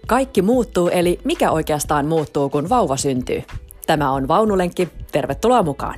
Kaikki muuttuu, eli mikä oikeastaan muuttuu, kun vauva syntyy? Tämä on Vaunulenkki. Tervetuloa mukaan!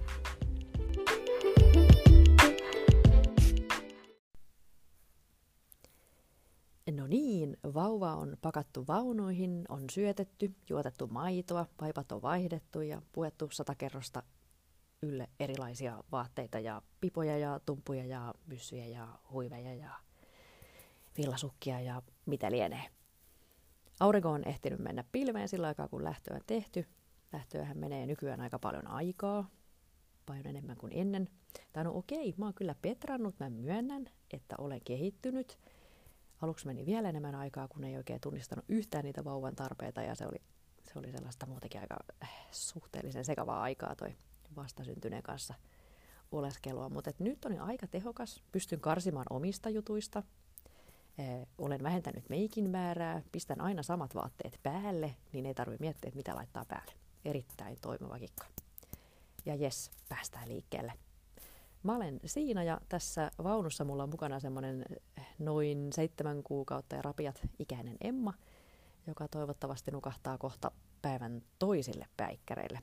No niin, vauva on pakattu vaunuihin, on syötetty, juotettu maitoa, vaipat on vaihdettu ja puettu 100 kerrosta ylle erilaisia vaatteita ja pipoja ja tumpuja ja myssyjä ja huiveja ja villasukkia ja mitä lienee. Aurinko on ehtinyt mennä pilveen sillä aikaa, kun lähtö on tehty. Lähtöähän menee nykyään aika paljon aikaa, paljon enemmän kuin ennen. Tai no okei, mä oon kyllä petrannut, mä myönnän, että olen kehittynyt. Aluksi meni vielä enemmän aikaa, kun ei oikein tunnistanut yhtään niitä vauvan tarpeita ja se oli sellaista muutenkin aika suhteellisen sekavaa aikaa toi vastasyntyneen kanssa oleskelua. Mutta nyt on aika tehokas, pystyn karsimaan omista jutuista. Olen vähentänyt meikin määrää, pistän aina samat vaatteet päälle, niin ei tarvitse miettiä, että mitä laittaa päälle. Erittäin toimiva kikka. Ja jes, päästään liikkeelle. Mä olen Siina ja tässä vaunussa mulla on mukana semmoinen noin 7 kuukautta ja rapiat ikäinen Emma, joka toivottavasti nukahtaa kohta päivän toisille päikkäreille.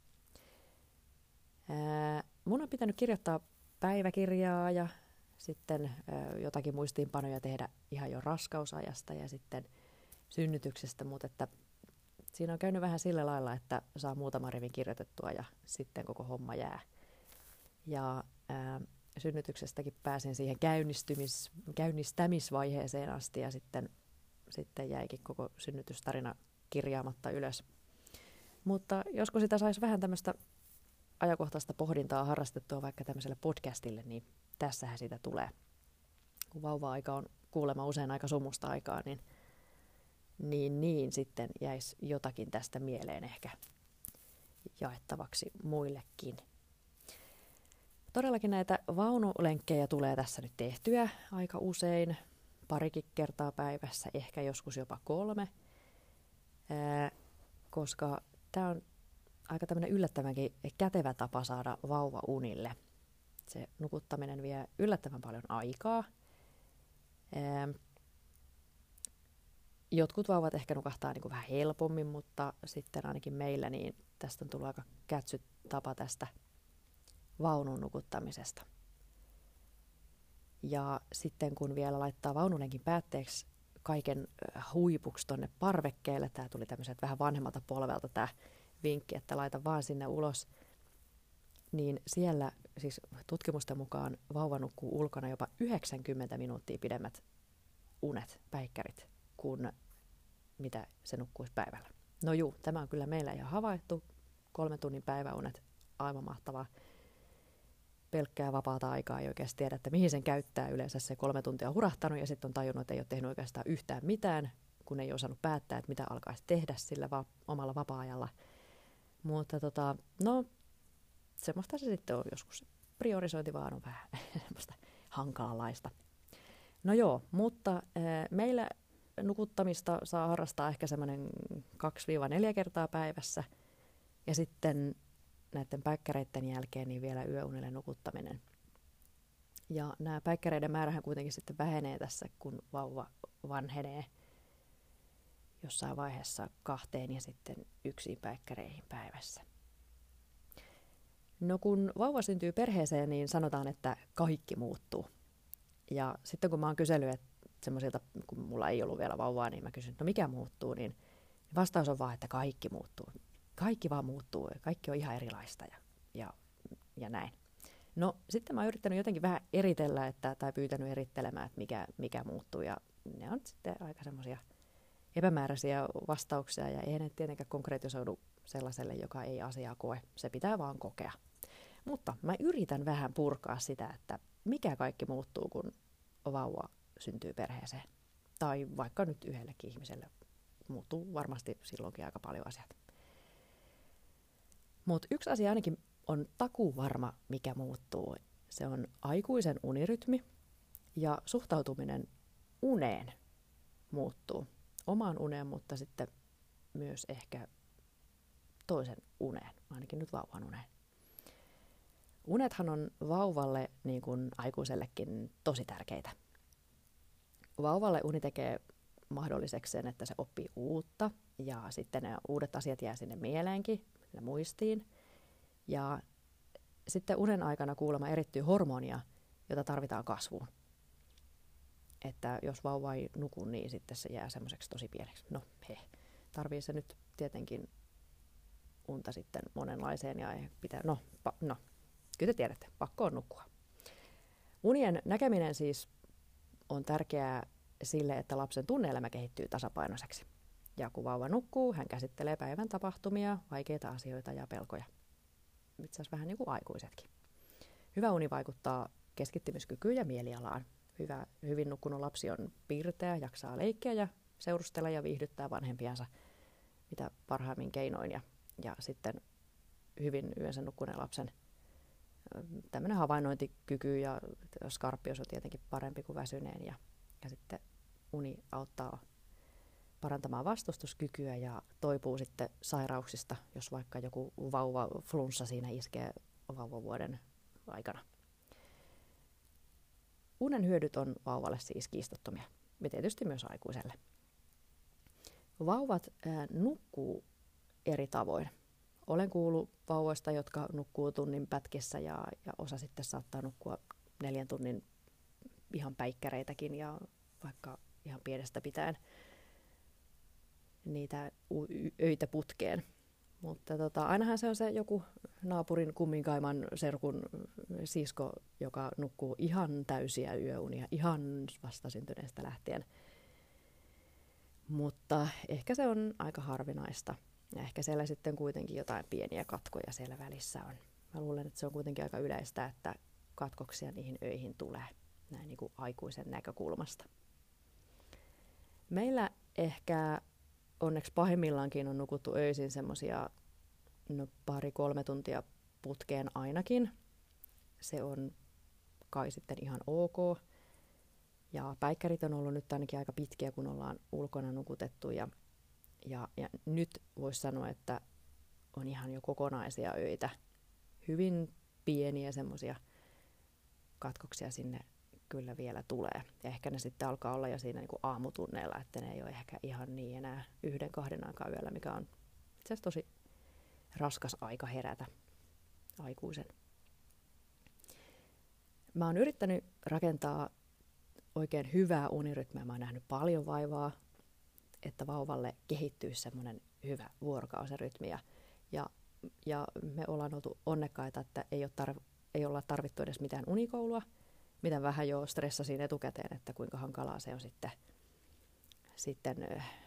Mun on pitänyt kirjoittaa päiväkirjaa ja sitten jotakin muistiinpanoja tehdä ihan jo raskausajasta ja sitten synnytyksestä, mutta että siinä on käynyt vähän sillä lailla, että saa muutaman rivin kirjoitettua ja sitten koko homma jää. Ja synnytyksestäkin pääsin siihen käynnistämisvaiheeseen asti ja sitten jäikin koko synnytystarina kirjaamatta ylös. Mutta joskus sitä saisi vähän tämmöistä ajankohtaista pohdintaa harrastettua vaikka tämmöiselle podcastille, niin tässähän sitä tulee. Kun vauva-aika on kuulemma usein aika sumusta aikaa, niin sitten jäisi jotakin tästä mieleen ehkä jaettavaksi muillekin. Todellakin näitä vaunulenkkejä tulee tässä nyt tehtyä aika usein, parikin kertaa päivässä, ehkä joskus jopa 3, koska tämä on aika tämmöinen yllättävänkin kätevä tapa saada vauva unille. Se nukuttaminen vie yllättävän paljon aikaa. Jotkut vauvat ehkä nukahtaa niin kuin vähän helpommin, mutta sitten ainakin meillä niin tästä on tullut aika kätsyt tapa tästä vaunun nukuttamisesta. Ja sitten kun vielä laittaa vaunulenkin päätteeksi kaiken huipuksi tonne parvekkeelle, tämä tuli tämmöiseltä vähän vanhemmalta polvelta tämä vinkki, että laita vaan sinne ulos, niin siellä siis tutkimusten mukaan vauva nukkuu ulkona jopa 90 minuuttia pidemmät unet, päikkärit, kuin mitä se nukkuisi päivällä. No juu, tämä on kyllä meillä ihan havaittu. 3 tunnin päiväunet, aivan mahtavaa. Pelkkää vapaata aikaa ei oikeasti tiedä, että mihin sen käyttää. Yleensä se 3 tuntia on hurahtanut ja sitten on tajunnut, että ei ole tehnyt oikeastaan yhtään mitään, kun ei osannut päättää, että mitä alkaisi tehdä sillä omalla vapaa-ajalla. Mutta no, semmoista se sitten on joskus. Priorisointi vaan on vähän semmoista hankalalaista. No joo, mutta meillä nukuttamista saa harrastaa ehkä semmoinen 2-4 kertaa päivässä. Ja sitten näiden päikkäreiden jälkeen niin vielä yöunille nukuttaminen. Ja nämä päikkäreiden määrähän kuitenkin sitten vähenee tässä, kun vauva vanhenee jossain vaiheessa 2 ja sitten 1 päikkäreihin päivässä. No kun vauva syntyy perheeseen, niin sanotaan, että kaikki muuttuu. Ja sitten kun mä oon kysellyt, että semmoisilta, kun mulla ei ollut vielä vauvaa, niin mä kysyn, että no mikä muuttuu, niin vastaus on vaan, että kaikki muuttuu. Kaikki vaan muuttuu, kaikki on ihan erilaista ja näin. No sitten mä oon yrittänyt jotenkin vähän eritellä, tai pyytänyt erittelemään, että mikä muuttuu, ja ne on sitten aika semmoisia epämääräisiä vastauksia, ja eihän ne tietenkään konkretisoidu sellaiselle, joka ei asiaa koe. Se pitää vaan kokea. Mutta mä yritän vähän purkaa sitä, että mikä kaikki muuttuu, kun vauva syntyy perheeseen. Tai vaikka nyt yhdellekin ihmiselle muuttuu varmasti silloinkin aika paljon asiat. Mutta yksi asia ainakin on takuuvarma, mikä muuttuu. Se on aikuisen unirytmi ja suhtautuminen uneen muuttuu. Omaan uneen, mutta sitten myös ehkä toisen uneen, ainakin nyt vauvan uneen. Unethan on vauvalle niin kuin aikuisellekin tosi tärkeitä. Vauvalle uni tekee mahdolliseksi sen, että se oppii uutta ja sitten ne uudet asiat jää sinne mieleenkin ja muistiin. Ja sitten unen aikana kuulemma erittyy hormonia, jota tarvitaan kasvuun. Että jos vauva ei nuku, niin sitten se jää semmoiseksi tosi pieneksi. No tarvii se nyt tietenkin unta sitten monenlaiseen ja pitää, kyllä te tiedätte, pakko on nukkua. Unien näkeminen siis on tärkeää sille, että lapsen tunne-elämä kehittyy tasapainoiseksi. Ja kun vauva nukkuu, hän käsittelee päivän tapahtumia, vaikeita asioita ja pelkoja. Itse asiassa vähän niin kuin aikuisetkin. Hyvä uni vaikuttaa keskittymiskykyyn ja mielialaan. Hyvin nukkunut lapsi on pirteä, jaksaa leikkiä ja seurustella ja viihdyttää vanhempiansa mitä parhaimmin keinoin. Ja sitten hyvin yönsä nukkuneen lapsen tämmöinen havainnointikyky ja skarppius on tietenkin parempi kuin väsyneen. Ja sitten uni auttaa parantamaan vastustuskykyä ja toipuu sitten sairauksista, jos vaikka joku vauva-flunssa siinä iskee vauvavuoden aikana. Unen hyödyt on vauvalle siis kiistattomia, ja tietysti myös aikuiselle. Vauvat nukkuu eri tavoin. Olen kuullut vauvoista, jotka nukkuu tunnin pätkissä ja osa sitten saattaa nukkua 4 tunnin ihan päikkäreitäkin ja vaikka ihan pienestä pitäen niitä öitä putkeen. Mutta ainahan se on se joku naapurin kumminkaiman serkun sisko, joka nukkuu ihan täysiä yöunia, ihan vastasyntyneestä lähtien. Mutta ehkä se on aika harvinaista. Ja ehkä siellä sitten kuitenkin jotain pieniä katkoja siellä välissä on. Mä luulen, että se on kuitenkin aika yleistä, että katkoksia niihin öihin tulee näin niin kuin aikuisen näkökulmasta. Meillä ehkä onneksi pahimmillaankin on nukuttu öisin semmoisia 2-3 tuntia putkeen ainakin. Se on kai sitten ihan ok. Ja päikkärit on ollut nyt ainakin aika pitkiä, kun ollaan ulkona nukutettu. Ja nyt voisi sanoa, että on ihan jo kokonaisia öitä. Hyvin pieniä semmoisia katkoksia sinne kyllä vielä tulee. Ja ehkä ne sitten alkaa olla jo siinä niin kuin aamutunneilla, että ne ei ole ehkä ihan niin enää 1-2 aikaa yöllä, mikä on itse asiassa tosi raskas aika herätä aikuisen. Mä oon yrittänyt rakentaa oikein hyvää unirytmiä. Mä oon nähnyt paljon vaivaa, että vauvalle kehittyisi semmoinen hyvä vuorokausirytmi. Ja me ollaan oltu onnekkaita, että ei olla tarvittu edes mitään unikoulua. Miten vähän jo stressasin etukäteen, että kuinka hankalaa se on sitten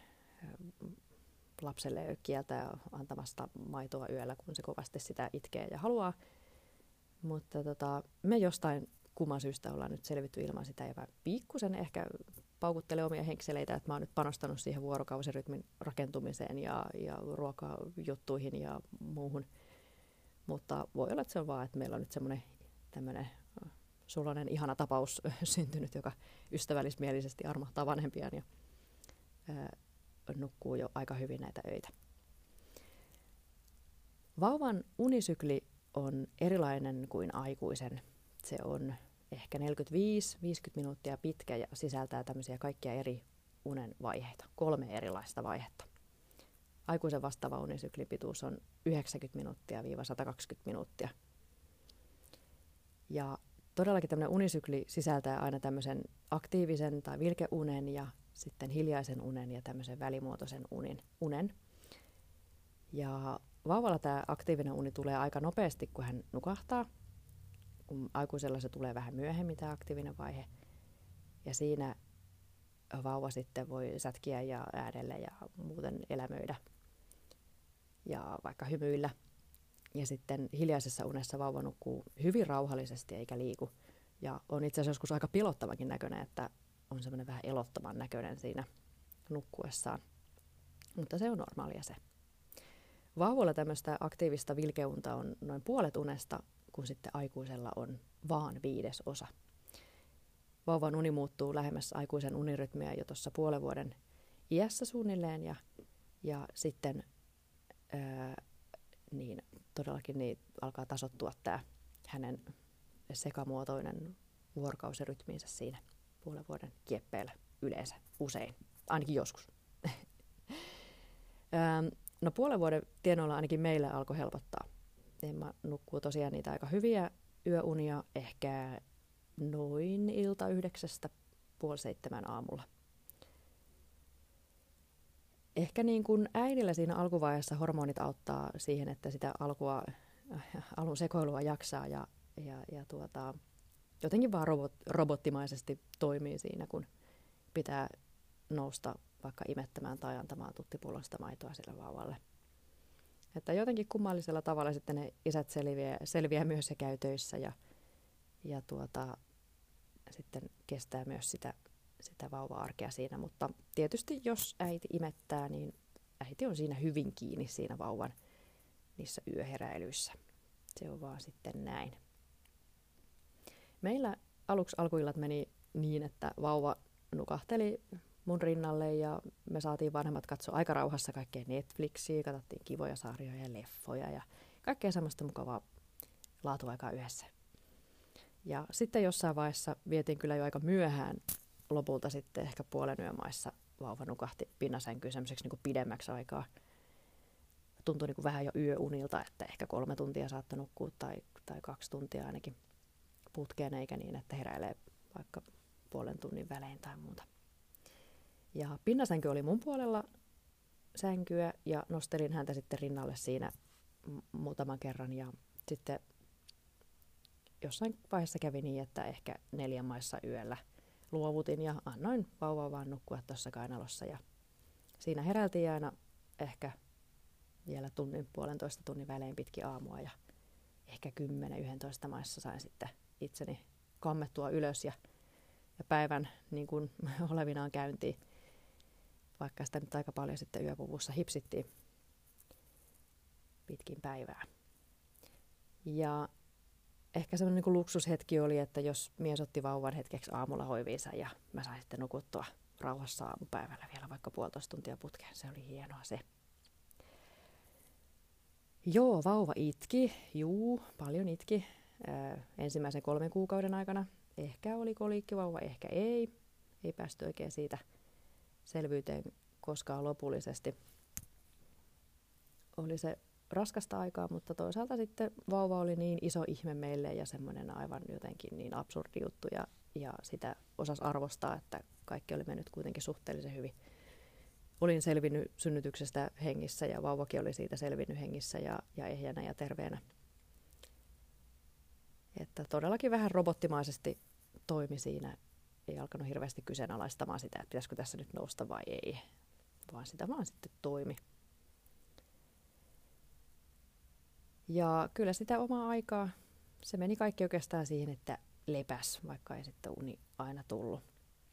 lapselle kieltää antamasta maitoa yöllä, kun se kovasti sitä itkee ja haluaa. Mutta me jostain kumman syystä ollaan nyt selvitty ilman sitä ja pikkusen ehkä paukuttelee omia henkseleitä, että mä oon nyt panostanut siihen vuorokausirytmin rakentumiseen ja ruokajuttuihin ja muuhun. Mutta voi olla, että se on vaan, että meillä on nyt semmoinen tämmöinen suloinen ihana tapaus syntynyt, joka ystävällismielisesti armahtaa vanhempiaan ja nukkuu jo aika hyvin näitä öitä. Vauvan unisykli on erilainen kuin aikuisen. Se on ehkä 45-50 minuuttia pitkä ja sisältää tämmöisiä kaikkia eri unen vaiheita, 3 erilaista vaihetta. Aikuisen vastaava unisyklin pituus on 90 minuuttia-120 minuuttia. Ja todellakin tämmöinen unisykli sisältää aina tämmöisen aktiivisen tai vilkeunen ja sitten hiljaisen unen ja tämmöisen välimuotoisen unen. Ja vauvalla tämä aktiivinen uni tulee aika nopeasti, kun hän nukahtaa. Kun aikuisella se tulee vähän myöhemmin tämä aktiivinen vaihe. Ja siinä vauva sitten voi sätkiä ja äänellä ja muuten elämöidä ja vaikka hymyillä. Ja sitten hiljaisessa unessa vauva nukkuu hyvin rauhallisesti eikä liiku. Ja on itse asiassa joskus aika pelottavakin näköinen, että on semmoinen vähän elottoman näköinen siinä nukkuessaan. Mutta se on normaalia se. Vauvalla tämmöistä aktiivista vilkeunta on noin puolet unesta, kun sitten aikuisella on vaan 1/5. Vauvan uni muuttuu lähemmäs aikuisen unirytmiä jo tuossa 0,5 vuoden iässä suunnilleen ja sitten niin todellakin niin alkaa tasoittua tämä hänen sekamuotoinen vuorokausirytmiinsä siinä 0,5 vuoden kieppeillä yleensä usein. ainakin joskus. No puolen vuoden tienoilla ainakin meille alkoi helpottaa. Emma nukkuu tosiaan niitä aika hyviä yöunia, ehkä noin ilta 9:30 aamulla. Ehkä niin kuin äidillä siinä alkuvaiheessa hormonit auttaa siihen, että sitä alun sekoilua jaksaa ja jotenkin vaan robottimaisesti toimii siinä, kun pitää nousta vaikka imettämään tai antamaan tuttipullosta maitoa sille vauvalle. Että jotenkin kummallisella tavalla sitten ne isät selviää myös ja käy töissä ja sitten kestää myös sitä vauva-arkea siinä. Mutta tietysti jos äiti imettää, niin äiti on siinä hyvin kiinni siinä vauvan niissä yöheräilyissä. Se on vaan sitten näin. Meillä aluksi alkuillat meni niin, että vauva nukahteli mun rinnalle ja me saatiin vanhemmat katsoa aika rauhassa kaikkea Netflixiä, katsottiin kivoja sarjoja ja leffoja ja kaikkea semmoista mukavaa laatuaikaa yhdessä. Ja sitten jossain vaiheessa vietiin kyllä jo aika myöhään lopulta sitten ehkä puolen yön maissa vauva nukahti pinnasänkyyn semmoiseksi niin kuin pidemmäksi aikaa. Tuntui niin kuin vähän jo yöunilta, että ehkä 3 tuntia saattoi nukkua tai 2 tuntia ainakin putkeen, eikä niin, että heräilee vaikka puolen tunnin välein tai muuta. Ja pinnasänky oli mun puolella sänkyä ja nostelin häntä sitten rinnalle siinä muutaman kerran. Ja sitten jossain vaiheessa kävi niin, että ehkä 4 maissa yöllä luovutin ja annoin vauvaa vaan nukkua tuossa kainalossa. Ja siinä heräiltiin aina ehkä vielä puolentoista tunnin välein pitkin aamua ja ehkä 10-11 maissa sain sitten itseni kammettua ylös ja päivän niin kuin olevinaan käyntiin, vaikka sitä nyt aika paljon sitten yöpuvussa hipsittiin pitkin päivää. Ja ehkä semmoinen niin kuin luksushetki oli, että jos mies otti vauvan hetkeksi aamulla hoiviinsa ja mä sain sitten nukuttua rauhassa aamupäivällä vielä vaikka 1,5 tuntia putkeen. Se oli hienoa se. Joo, vauva itki. Paljon itki. Ensimmäisen 3 kuukauden aikana. Ehkä oli koliikkivauva, ehkä ei. Ei päästy oikein siitä selvyyteen koskaan lopullisesti. Oli se raskasta aikaa, mutta toisaalta sitten vauva oli niin iso ihme meille ja semmoinen aivan jotenkin niin absurdi juttu ja sitä osasi arvostaa, että kaikki oli mennyt kuitenkin suhteellisen hyvin. Olin selvinnyt synnytyksestä hengissä ja vauvakin oli siitä selvinnyt hengissä ja ehjänä ja terveenä. Että todellakin vähän robottimaisesti toimi siinä. Ei alkanut hirveästi kyseenalaistamaan sitä, että pitäisikö tässä nyt nousta vai ei, vaan sitä vaan sitten toimi. Ja kyllä sitä omaa aikaa, se meni kaikki oikeastaan siihen, että lepäs, vaikka ei sitten uni aina tullut.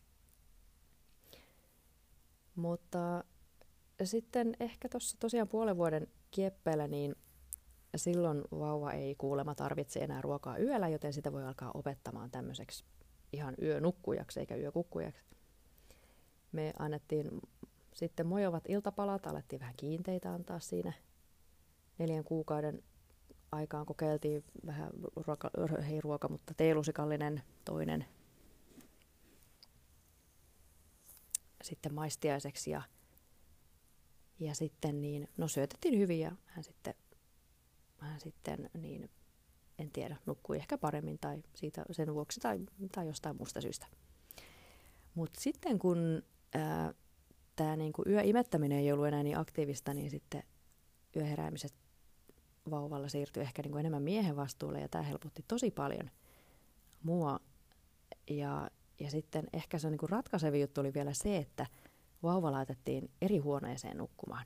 Mutta sitten ehkä tuossa tosiaan puolen vuoden kieppeillä, niin silloin vauva ei kuulemma tarvitse enää ruokaa yöllä, joten sitä voi alkaa opettamaan tämmöiseksi ihan yönukkujaksi eikä yökukkujaksi. Me annettiin sitten mojovat iltapalat, alettiin vähän kiinteitä antaa siinä 4 kuukauden aikaan. Kokeiltiin vähän ruoka, mutta teelusikallinen toinen sitten maistiaiseksi ja sitten niin, no syötettiin hyvin ja hän sitten niin, en tiedä, nukkui ehkä paremmin tai siitä sen vuoksi tai jostain muusta syystä. Mutta sitten kun tämä niinku yöimettäminen ei ollut enää niin aktiivista, niin sitten yöheräämiset vauvalla siirtyi ehkä niinku enemmän miehen vastuulle ja tämä helpotti tosi paljon mua. Ja sitten ehkä se niinku ratkaiseva juttu oli vielä se, että vauva laitettiin eri huoneeseen nukkumaan.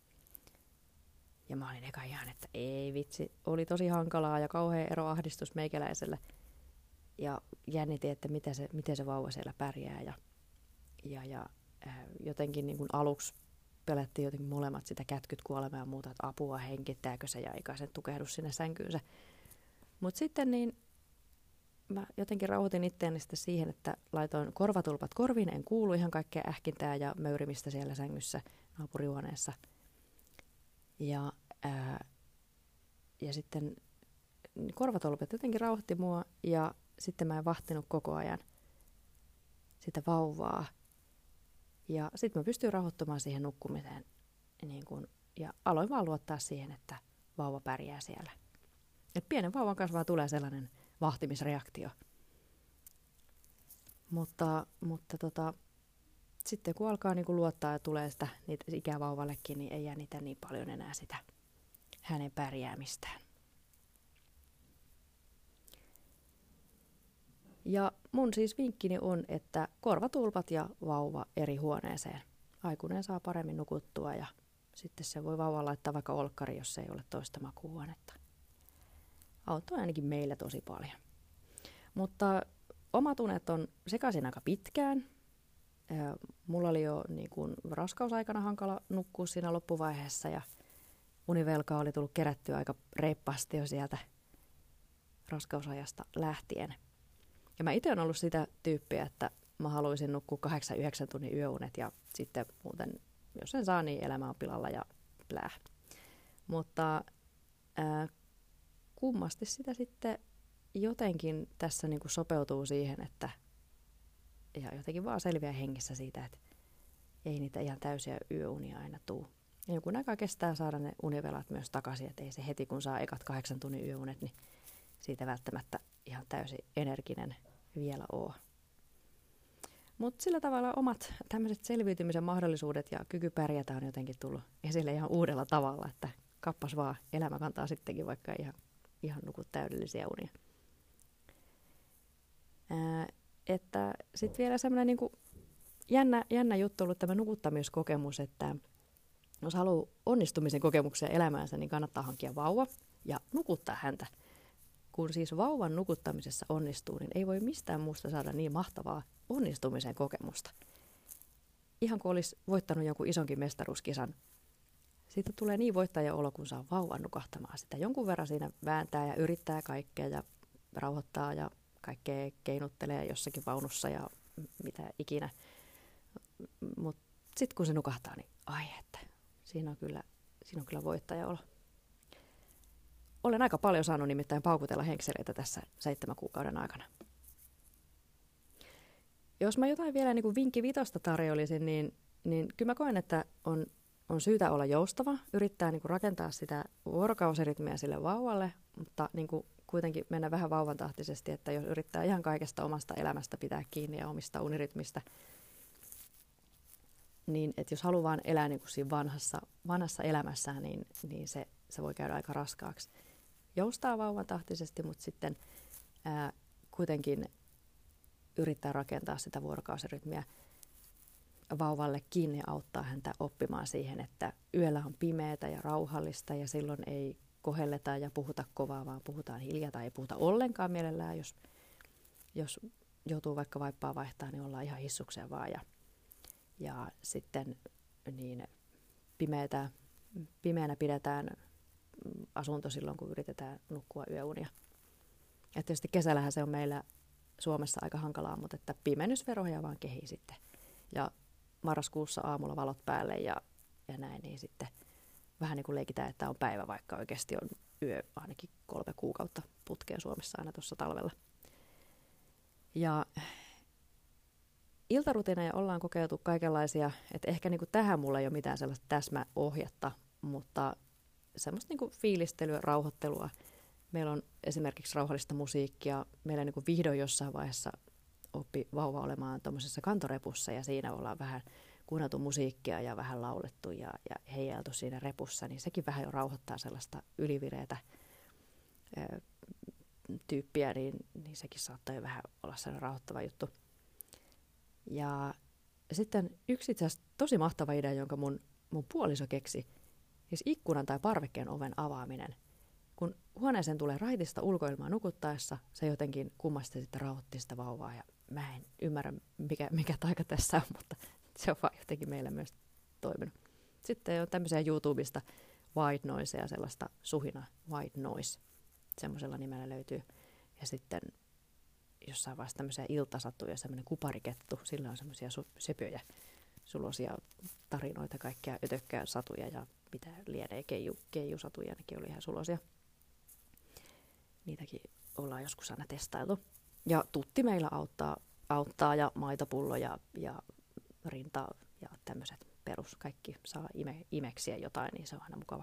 Ja mä olin eka ihan, että ei vitsi, oli tosi hankalaa ja kauhea eroahdistus meikäläiselle. Ja jännitin, että miten se vauva siellä pärjää. Ja jotenkin niin kuin aluksi pelättiin jotenkin molemmat sitä kätkyt kuolemaa ja muuta, että apua henkittääkö se ja eikä sen tukehdu sinne sänkyynsä. Mutta sitten niin mä jotenkin rauhoitin itseäni sitten siihen, että laitoin korvatulpat korviin, en kuulu ihan kaikkea ähkintää ja möyrimistä siellä sängyssä naapurihuoneessa. Ja sitten korvatolpet jotenkin rauhoitti mua ja sitten mä en vahtinut koko ajan sitä vauvaa. Ja sitten mä pystyin rauhoittumaan siihen nukkumiseen niin kun, ja aloin vaan luottaa siihen, että vauva pärjää siellä. Et pienen vauvan kanssa vaan tulee sellainen vahtimisreaktio. Mutta sitten kun alkaa niin kun luottaa ja tulee sitä niitä ikävauvallekin, niin ei jännitä niin paljon enää sitä hänen pärjäämistään. Ja mun siis vinkkini on, että korvatulpat ja vauva eri huoneeseen. Aikuinen saa paremmin nukuttua ja sitten se voi vauva laittaa vaikka olkkari, jos ei ole toista makuuhuonetta. Auttoi ainakin meillä tosi paljon. Mutta omat unet on sekaisin aika pitkään. Mulla oli jo niin kuin raskausaikana hankala nukkua siinä loppuvaiheessa ja univelkaa oli tullut kerättyä aika reippaasti jo sieltä raskausajasta lähtien. Ja mä itse olen ollut sitä tyyppiä, että mä haluaisin nukkua 8-9 tunnin yöunet ja sitten muuten, jos en saa, niin elämä on pilalla ja blää. Mutta kummasti sitä sitten jotenkin tässä niin kuin sopeutuu siihen, että ja jotenkin vaan selviää hengissä siitä, että ei niitä ihan täysiä yöunia aina tule. Ja jonkun aikaa kestää saada ne univelat myös takaisin, että ei se heti kun saa ekat 8 tunnin yöunet, niin siitä välttämättä ihan täysin energinen vielä ole. Mutta sillä tavalla omat tämmöiset selviytymisen mahdollisuudet ja kyky pärjätä on jotenkin tullut esille ihan uudella tavalla, että kappas vaan, elämä kantaa sittenkin, vaikka ihan nukut täydellisiä unia. Että sitten vielä semmoinen niinku jännä juttu ollut tämä nukuttamiskokemus, että jos haluaa onnistumisen kokemuksia elämäänsä, niin kannattaa hankkia vauva ja nukuttaa häntä. Kun siis vauvan nukuttamisessa onnistuu, niin ei voi mistään muusta saada niin mahtavaa onnistumisen kokemusta. Ihan kuin olisi voittanut jonkun isonkin mestaruuskisan. Siitä tulee niin voittaja olo, kun saa vauvan nukahtamaan sitä. Jonkun verran siinä vääntää ja yrittää kaikkea ja rauhoittaa ja kaikkea keinuttelee jossakin vaunussa ja mitä ikinä. Mutta sitten kun se nukahtaa, niin ai että, siinä on kyllä voittaja olo. Olen aika paljon saanut nimittäin paukutella henkseleitä tässä 7 kuukauden aikana. Jos mä jotain vielä niin kuin vinkki 5 tarjoilisin, niin kyllä mä koen, että on syytä olla joustava, yrittää niin kuin rakentaa sitä vuorokausirytmiä sille vauvalle, mutta niin kuin kuitenkin mennä vähän vauvantahtisesti, että jos yrittää ihan kaikesta omasta elämästä pitää kiinni ja omista unirytmistä, niin että jos haluaa vaan elää niin kuin siinä vanhassa elämässään, niin se voi käydä aika raskaaksi. Joustaa vauvantahtisesti, mutta sitten kuitenkin yrittää rakentaa sitä vuorokausirytmiä vauvallekin ja auttaa häntä oppimaan siihen, että yöllä on pimeätä ja rauhallista ja silloin ei kohelleta ja puhuta kovaa, vaan puhutaan hiljaa tai ei puhuta ollenkaan mielellään. Jos joutuu vaikka vaippaa vaihtaa, niin ollaan ihan hissukseen vaan. Ja sitten niin pimeänä pidetään asunto silloin, kun yritetään nukkua yöunia. Ja tietysti kesällähän se on meillä Suomessa aika hankalaa, mutta että pimennysveroja vaan kehii sitten. Ja marraskuussa aamulla valot päälle ja näin, niin sitten vähän niin kuin leikitään, että on päivä, vaikka oikeasti on yö ainakin 3 kuukautta putkeen Suomessa aina tuossa talvella. Ja iltarutiineja ollaan kokeiltu kaikenlaisia, että ehkä niin kuin tähän mulla ei ole mitään sellaista täsmäohjetta, mutta semmoista niin kuin fiilistelyä, rauhoittelua. Meillä on esimerkiksi rauhallista musiikkia. Meillä niin kuin vihdoin jossain vaiheessa oppi vauva olemaan tuommoisessa kantorepussa ja siinä ollaan vähän kuunneltu musiikkia ja vähän laulettu ja heijailtu siinä repussa, niin sekin vähän jo rauhoittaa sellaista ylivireätä tyyppiä, niin sekin saattaa jo vähän olla sellainen rauhoittava juttu. Ja sitten yksi itse asiassa tosi mahtava idea, jonka mun puoliso keksi, siis ikkunan tai parvekkeen oven avaaminen. Kun huoneeseen tulee raitista ulkoilmaa nukuttaessa, se jotenkin kummasti sitten rauhoitti sitä vauvaa ja mä en ymmärrä mikä taika tässä on, mutta se on vaan jotenkin meillä myös toiminut. Sitten on tämmöisiä YouTubesta white noise ja sellaista suhina white noise. Semmoisella nimellä löytyy. Ja sitten jossain vaiheessa tämmöisiä iltasatuja, semmoinen kuparikettu. Sillä on semmoisia söpöjä, sulosia tarinoita, kaikkea ötökkää satuja ja mitä lienee keijusatuja, nekin oli ihan sulosia. Niitäkin ollaan joskus aina testailtu. Ja tutti meillä auttaa ja maitopullo ja ja tämmöiset perus. Kaikki saa imeksiä jotain, niin se on aina mukava.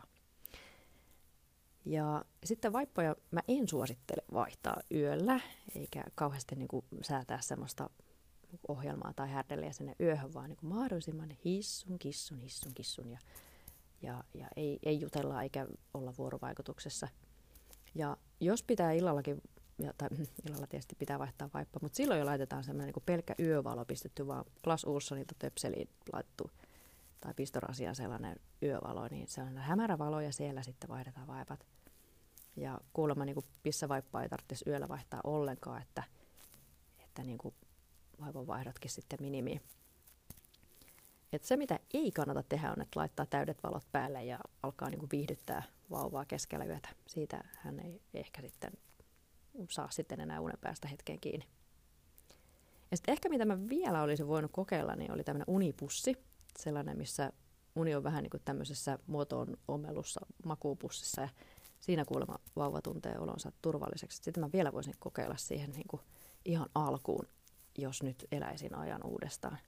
Ja sitten vaippoja mä en suosittele vaihtaa yöllä, eikä kauheasti niin kuin säätää semmoista ohjelmaa tai härdeliä sinne yöhön, vaan niin kuin mahdollisimman hissun ja ei jutella eikä olla vuorovaikutuksessa. Ja jos pitää illallakin, tai illalla tietysti pitää vaihtaa vaippa, mutta silloin jo laitetaan semmoinen niin pelkkä yövalo pistetty vaan Clas Ohlsonilta töpseliin laittu tai pistorasiaan sellainen yövalo, niin se on hämärä valo ja siellä sitten vaihdetaan vaipat. Ja kuulemma niin pissavaippaa ei tarvitsisi yöllä vaihtaa ollenkaan, että niin vaivanvaihdotkin sitten minimiin. Et se, mitä ei kannata tehdä, on, että laittaa täydet valot päälle ja alkaa niin viihdyttää vauvaa keskellä yötä. Siitä hän ei ehkä sitten saa sitten enää unen päästä hetkeen kiinni. Ja sitten ehkä mitä mä vielä olisin voinut kokeilla, niin oli tämmöinen unipussi. Sellainen, missä uni on vähän niin kuin tämmöisessä muotoon omellussa makuupussissa. Ja siinä kuulemma vauva tuntee olonsa turvalliseksi. Sitten mä vielä voisin kokeilla siihen niin kuin ihan alkuun, jos nyt eläisin ajan uudestaan.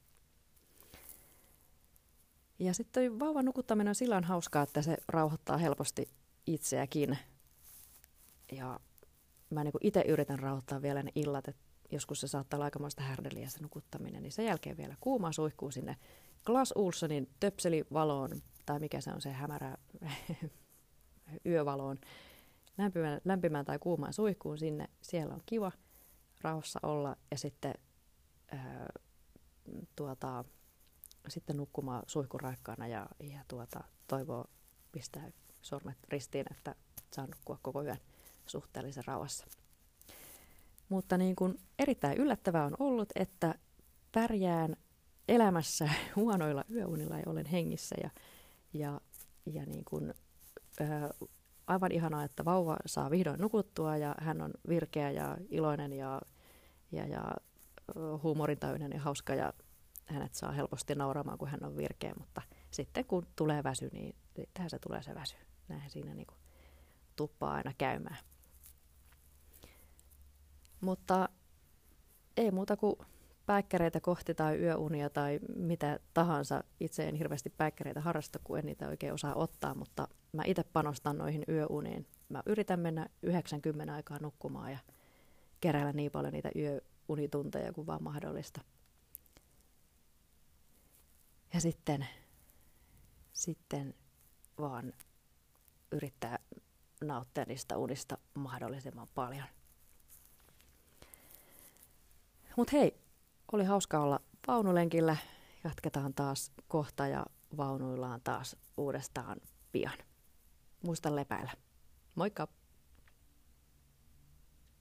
Ja sitten vauvan nukuttaminen on sillä hauskaa, että se rauhoittaa helposti itseäkin. Ja mä niin kuin itse yritän rauhoittaa vielä ne illat, että joskus se saattaa olla aikamoista härdeliä se nukuttaminen. Niin sen jälkeen vielä kuumaa suihkuu sinne Clas Ohlsonin töpselivaloon, tai mikä se on se hämärä yövaloon, lämpimään tai kuumaan suihkuun sinne. Siellä on kiva rauhassa olla ja sitten sitten nukkumaan suihkun raikkaana ja toivoo pistää sormet ristiin, että saa nukkua koko yön suhteellisen rauhassa. Mutta niin kuin erittäin yllättävää on ollut, että pärjään elämässä huonoilla yöunilla ja olen hengissä ja niin kuin, aivan ihanaa, että vauva saa vihdoin nukuttua ja hän on virkeä ja iloinen ja huumorintajuinen ja hauska ja hänet saa helposti nauramaan, kun hän on virkeä, mutta sitten kun tulee väsy, niin sittenhän se tulee se väsy. Näinhän siinä niin kuin tuppaa aina käymään. Mutta ei muuta kuin päikkäreitä kohti tai yöunia tai mitä tahansa. Itse en hirveästi päikkäreitä harrasta, kun en niitä oikein osaa ottaa, mutta mä itse panostan noihin yöuniin. Mä yritän mennä 90 aikaa nukkumaan ja keräillä niin paljon niitä yöunitunteja kuin vaan mahdollista. Ja sitten vaan yrittää nauttia niistä unista mahdollisimman paljon. Mut hei, oli hauska olla vaunulenkillä. Jatketaan taas kohta ja vaunuillaan taas uudestaan pian. Muista lepäillä. Moikka!